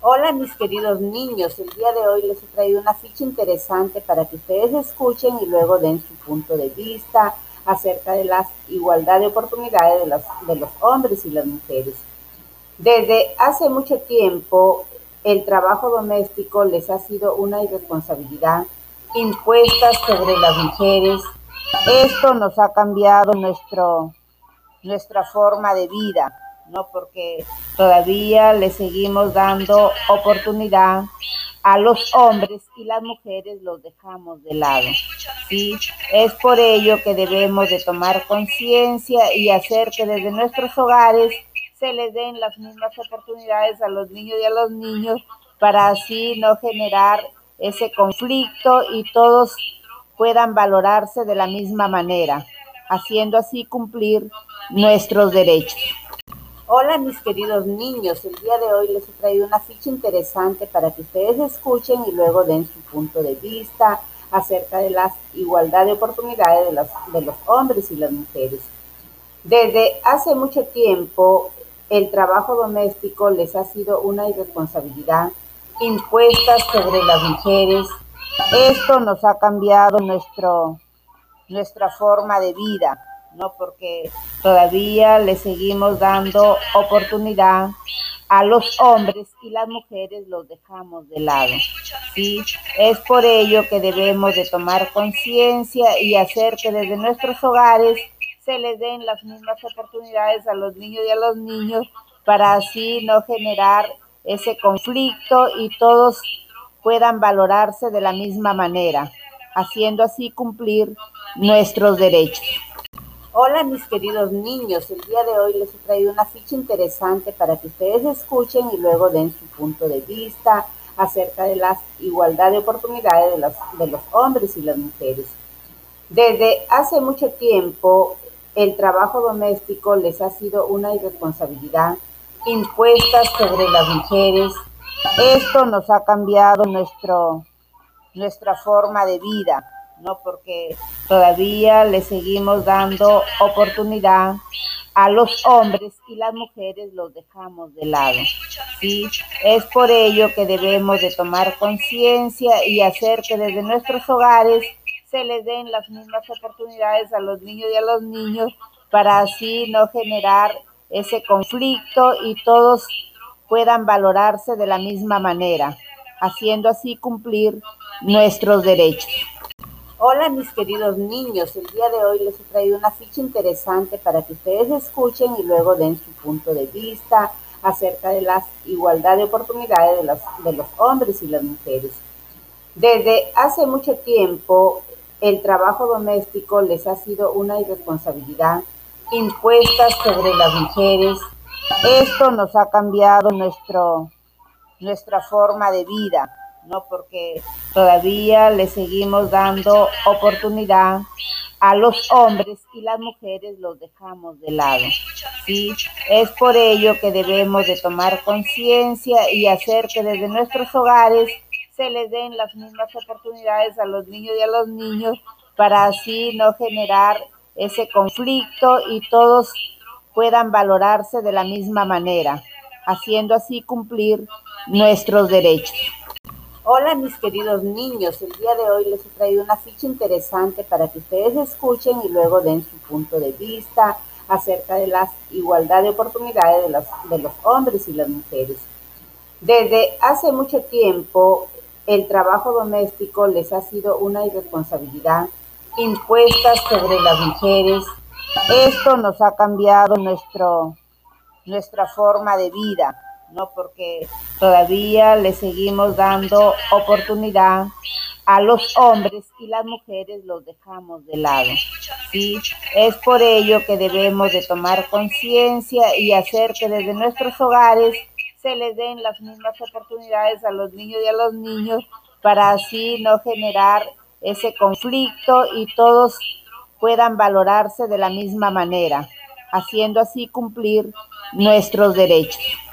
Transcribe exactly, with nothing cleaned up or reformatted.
Hola mis queridos niños, el día de hoy les he traído una ficha interesante para que ustedes escuchen y luego den su punto de vista acerca de la igualdad de oportunidades de, las, de los hombres y las mujeres. Desde hace mucho tiempo el trabajo doméstico les ha sido una irresponsabilidad impuesta sobre las mujeres. Esto nos ha cambiado nuestro, nuestra forma de vida, ¿no? Porque todavía le seguimos dando oportunidad a los hombres y las mujeres los dejamos de lado, ¿sí? Es por ello que debemos de tomar conciencia y hacer que desde nuestros hogares se les den las mismas oportunidades a los niños y a los niños para así no generar ese conflicto y todos puedan valorarse de la misma manera, haciendo así cumplir nuestros derechos. Hola mis queridos niños, el día de hoy les he traído una ficha interesante para que ustedes escuchen y luego den su punto de vista acerca de la igualdad de oportunidades de, las, de los hombres y las mujeres. Desde hace mucho tiempo el trabajo doméstico les ha sido una irresponsabilidad impuesta sobre las mujeres. Esto nos ha cambiado nuestro, nuestra forma de vida, ¿no? Porque todavía le seguimos dando oportunidad a los hombres y las mujeres los dejamos de lado, ¿sí? Es por ello que debemos de tomar conciencia y hacer que desde nuestros hogares se les den las mismas oportunidades a los niños y a los niños para así no generar ese conflicto y todos puedan valorarse de la misma manera, haciendo así cumplir nuestros derechos. Hola mis queridos niños, el día de hoy les he traído una ficha interesante para que ustedes escuchen y luego den su punto de vista acerca de la igualdad de oportunidades de, las, de los hombres y las mujeres. Desde hace mucho tiempo el trabajo doméstico les ha sido una irresponsabilidad impuesta sobre las mujeres. Esto nos ha cambiado nuestro, nuestra forma de vida, ¿no? Porque todavía le seguimos dando oportunidad a los hombres y las mujeres los dejamos de lado, ¿sí? Es por ello que debemos de tomar conciencia y hacer que desde nuestros hogares se les den las mismas oportunidades a los niños y a los niños para así no generar ese conflicto y todos puedan valorarse de la misma manera, haciendo así cumplir nuestros derechos. Hola mis queridos niños, el día de hoy les he traído una ficha interesante para que ustedes escuchen y luego den su punto de vista acerca de la igualdad de oportunidades de, las, de los hombres y las mujeres. Desde hace mucho tiempo el trabajo doméstico les ha sido una irresponsabilidad impuesta sobre las mujeres. Esto nos ha cambiado nuestro, nuestra forma de vida, ¿no? Porque todavía le seguimos dando oportunidad a los hombres y las mujeres los dejamos de lado, ¿sí? Es por ello que debemos de tomar conciencia y hacer que desde nuestros hogares se les den las mismas oportunidades a los niños y a los niños para así no generar ese conflicto y todos puedan valorarse de la misma manera, haciendo así cumplir nuestros derechos. Hola mis queridos niños, el día de hoy les he traído una ficha interesante para que ustedes escuchen y luego den su punto de vista acerca de la igualdad de oportunidades de, las, de los hombres y las mujeres. Desde hace mucho tiempo el trabajo doméstico les ha sido una irresponsabilidad impuesta sobre las mujeres. Esto nos ha cambiado nuestro, nuestra forma de vida, ¿no? Porque todavía le seguimos dando oportunidad a los hombres y las mujeres los dejamos de lado, ¿sí? Es por ello que debemos de tomar conciencia y hacer que desde nuestros hogares se les den las mismas oportunidades a los niños y a los niños para así no generar ese conflicto y todos puedan valorarse de la misma manera, haciendo así cumplir nuestros derechos.